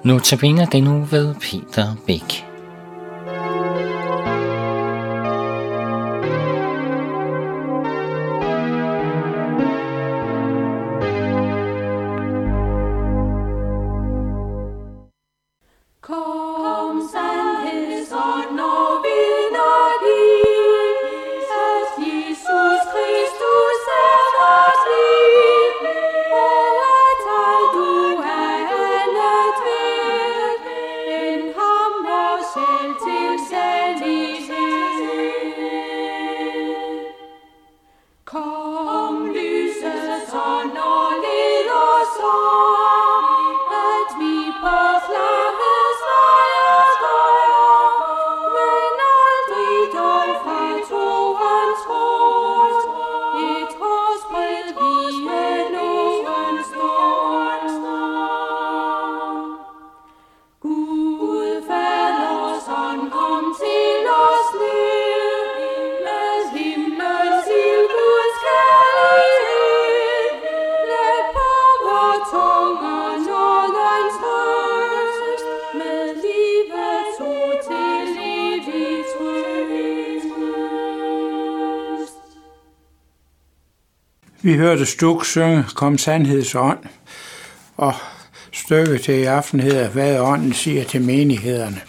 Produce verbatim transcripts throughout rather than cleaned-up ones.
Notabene den nu ved Peter Bæk. Kom sandhedsånd og vidner giv, at Jesus Kristus er vores liv, og at alt du er andet ved, end ham vor selv til salighed. Kom lysets ånd og led os om, at vi på flagges veje går, men aldrig dog fra troens ros, et hårsbred vige nogen står. Gud Faders ånd, kom til os ned, med himlens ild Guds kærlighed, læg på vor tunger nådens røst, med livets ord til evig trøst. Vi hørte Stuk synge Kom sandheds ånd, og stykket til i aften hedder, hvad ånden siger til menighederne.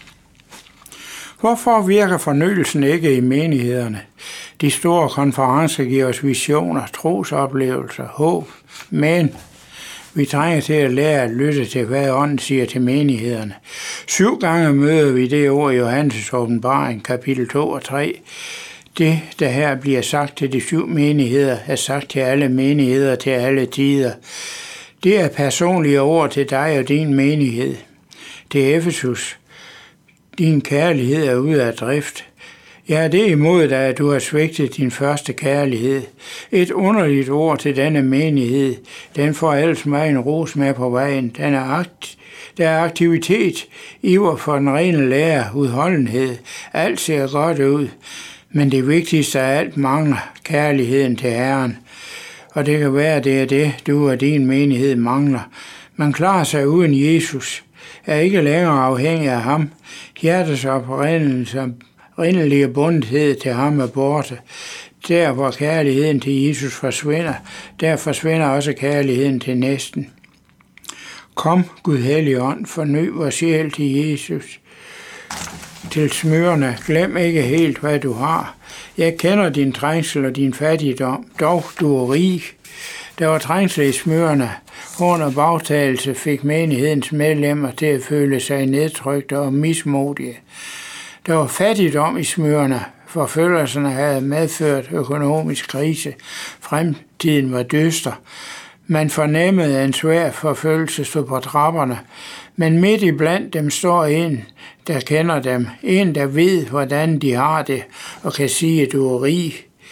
Hvorfor virker fornyelsen ikke i menighederne? De store konferencer giver os visioner, trosoplevelser, håb, men vi trænger til at lære at lytte til, hvad ånden siger til menighederne. Syv gange møder vi det ord i Johannes' åbenbaring, kapitel to og tre. Det, der her bliver sagt til de syv menigheder, er sagt til alle menigheder til alle tider. Det er personlige ord til dig og din menighed. Det er Efesus. Din kærlighed er ude af drift. Jeg er det imod dig, at du har svigtet din første kærlighed. Et underligt ord til denne menighed. Den får ellers mig en ros med på vejen. Den er akt, der er aktivitet, iver for den rene lære, udholdenhed. Alt ser godt ud, men det vigtigste af alt mangler kærligheden til Herren. Og det kan være, det er det, du og din menighed mangler. Man klarer sig uden Jesus, er ikke længere afhængig af ham. Hjertets oprindelige bundhed til ham er borte. Der, hvor kærligheden til Jesus forsvinder, der forsvinder også kærligheden til næsten. Kom, Gud Helligånd, forny vores sjæl til Jesus. Til smørerne, glem ikke helt, hvad du har. Jeg kender din trængsel og din fattigdom, dog du er rig. Der var trængsel i smørerne. Under bagtagelse fik menighedens medlemmer til at føle sig nedtrykte og mismodige. Der var fattigdom i smørerne. Forfølgelserne havde medført økonomisk krise. Fremtiden var dyster. Man fornemmede en svær forfølgelse stod på trapperne. Men midt i blandt dem står en, der kender dem. En, der ved, hvordan de har det, og kan sige, at du er rig.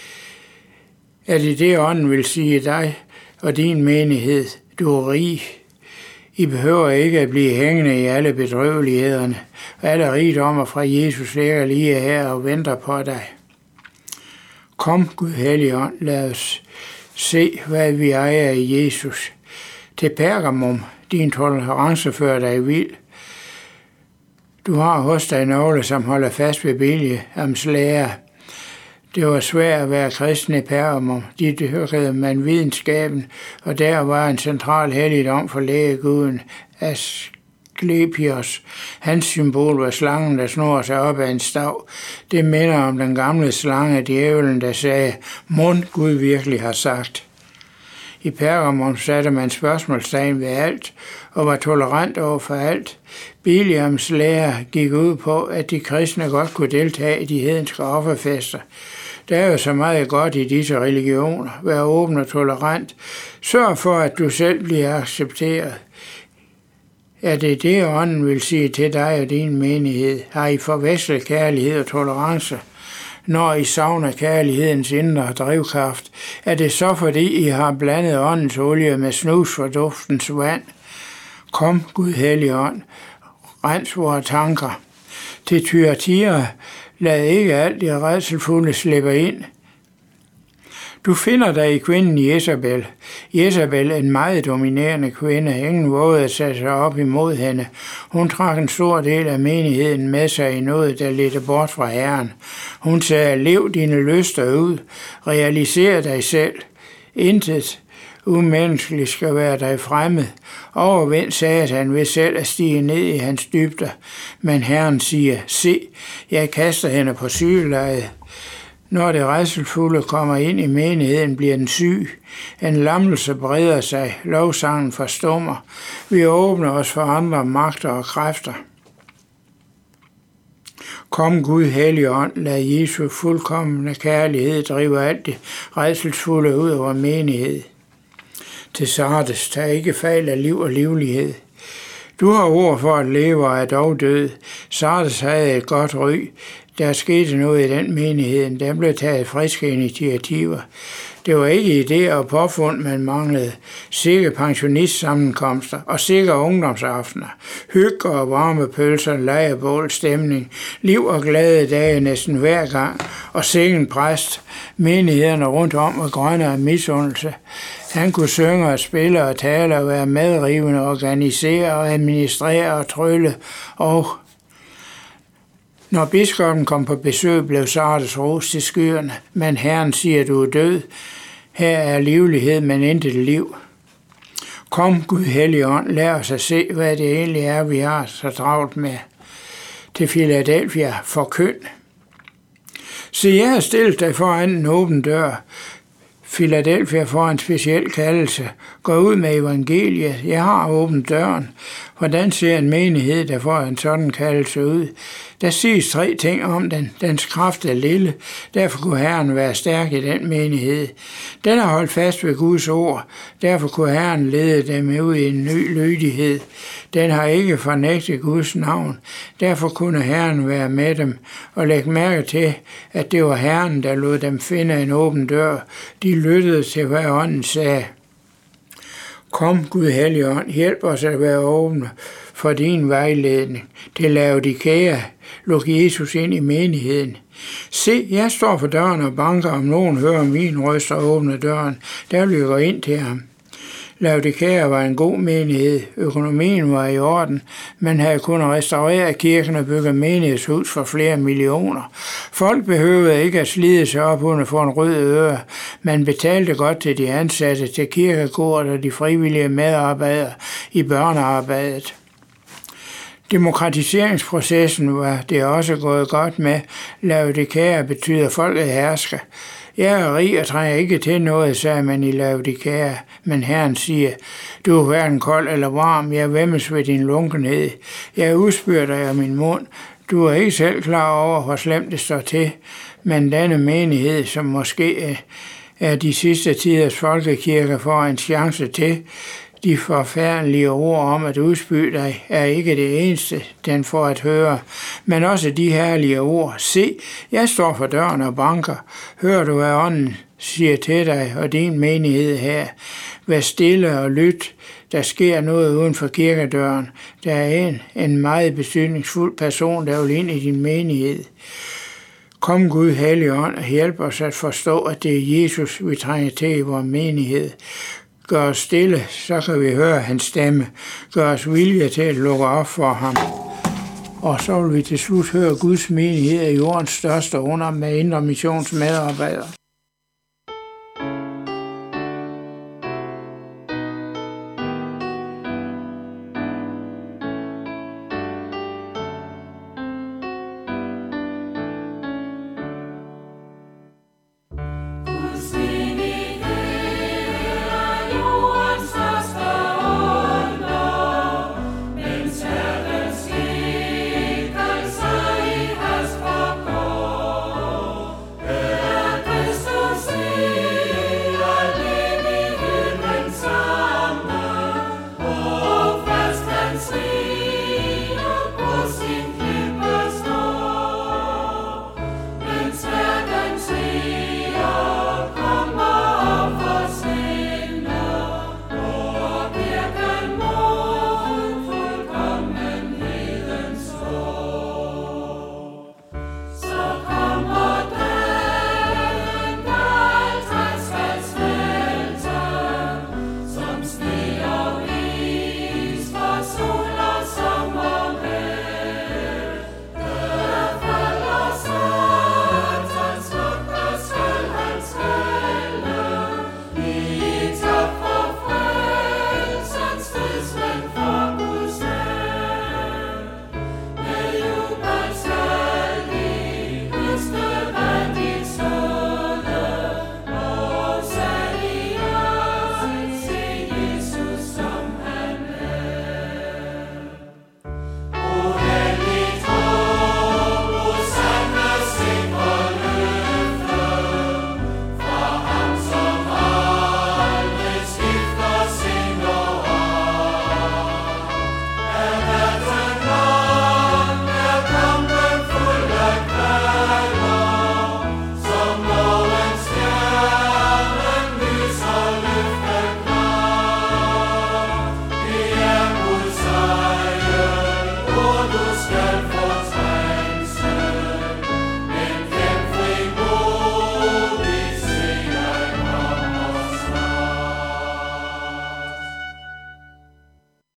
Er det det, ånden vil sige dig og din menighed? Du er rig. I behøver ikke at blive hængende i alle bedrøvelighederne. Alle rigdommer fra Jesus ligger lige her og venter på dig. Kom, Gud Helligånd, lad os se, hvad vi ejer i Jesus. Til Pergamum, din tolerance fører dig vild. Du har hos dig nogle, som holder fast ved Bileams lære. Det var svært at være kristen i Pergamum. De dyrkede man videnskaben, og der var en central helligdom for lægeguden Asklepios. Hans symbol var slangen, der snor sig op ad en stav. Det minder om den gamle slange, djævlen, der sagde, mund Gud virkelig har sagt. I Pergamum satte man spørgsmålstegn ved alt og var tolerant over for alt. Bileams lære gik ud på, at de kristne godt kunne deltage i de hedenske offerfester. Der er jo så meget godt i disse religioner. Vær åben og tolerant. Sørg for, at du selv bliver accepteret. Er det det, ånden vil sige til dig og din menighed? Har I forvekslet kærlighed og tolerance? Når I savner kærlighedens indre drivkraft, er det så fordi I har blandet åndens olie med snus for duftens vand? Kom, Gud Helligånd, rens vores tanker. Til Thyatira, lad ikke alt det rædselfulde slippe ind. Du finder dig i kvinden Jezabel. Jezabel er en meget dominerende kvinde. Ingen vågede at sætte sig op imod hende. Hun trak en stor del af menigheden med sig i noget, der ledte bort fra Herren. Hun sagde, lev dine lyster ud. Realiser dig selv. Intet umenneskeligt skal være dig fremmed. Overvind Satan ved selv at stige ned i hans dybder. Men Herren siger, se, jeg kaster hende på sygelejet. Når det rædselsfulde kommer ind i menigheden, bliver den syg. En lammelse breder sig, lovsangen forstummer. Vi åbner os for andre magter og kræfter. Kom Gud, Helligånd, lad Jesu fuldkommende kærlighed drive alt det rædselsfulde ud over menighed. Til Sardes, tag ikke fejl af liv og livlighed. Du har ord for at leve og er dog død. Sardes havde et godt ry. Der skete noget i den menighed. Der blev taget friske initiativer. Det var ikke idéer og påfund, man manglede. Sikke pensionistsammenkomster og sikre ungdomsaftener. Hygge og varme pølser, lejrebål, stemning. Liv og glade dage næsten hver gang. Og sikken præst. Menighederne rundt om var grønne af misundelse. Han kunne synge og spille og tale og være medrivende, organisere og administrere og trylle. Og når biskoppen kom på besøg, blev Sardes ros til skyerne. Men Herren siger, du er død. Her er livlighed, men intet liv. Kom, Gud Helligånd, lad os at se, hvad det egentlig er, vi har så travlt med. Til Philadelphia, forkynd. Se, jeg har stillet dig foran en åben dør. Philadelphia får en speciel kaldelse. Gå ud med evangeliet. Jeg har åbent døren. Hvordan ser en menighed, der får en sådan kaldelse ud? Der siges tre ting om den. Dens kraft er lille. Derfor kunne Herren være stærk i den menighed. Den har holdt fast ved Guds ord. Derfor kunne Herren lede dem ud i en ny lydighed. Den har ikke fornægtet Guds navn. Derfor kunne Herren være med dem og lægge mærke til, at det var Herren, der lod dem finde en åben dør. De lyttede til, hvad ånden sagde. Kom, Gud Helligånd, hjælp os at være åbne for din vejledning. Til Laodikea, luk Jesus ind i menigheden. Se, jeg står for døren og banker, om nogen hører min røst og åbner døren. Der vil jeg gå ind til ham. Laodikea var en god menighed. Økonomien var i orden. Man havde kunnet restaurere kirken og bygge menighedshus for flere millioner. Folk behøvede ikke at slide sig op under for en rød øre. Man betalte godt til de ansatte, til kirkekordet og de frivillige medarbejdere i børnearbejdet. Demokratiseringsprocessen var det også gået godt med. Laodikea betyder folket hersker. Jeg er rig og trænger ikke til noget, sagde man i Laodikea, men Herren siger, du er hverken kold eller varm, jeg væmmes ved din lunkenhed. Jeg udspyr dig af min mund. Du er ikke selv klar over, hvor slemt det står til, men denne menighed, som måske er de sidste tiders folkekirker, får en chance til. De forfærdelige ord om at udspy dig er ikke det eneste, den får at høre, men også de herlige ord. Se, jeg står for døren og banker. Hører du, hvad ånden siger til dig og din menighed her? Vær stille og lyt. Der sker noget uden for kirkedøren. Der er en, en meget betydningsfuld person, der vil ind i din menighed. Kom Gud, Helligånd, og hjælp os at forstå, at det er Jesus, vi trænger til i vores menighed. Gør os stille, så kan vi høre hans stemme. Gør os vilje til at lukke op for ham. Og så vil vi til slut høre Guds menighed af jordens største under med Indre Missions medarbejdere.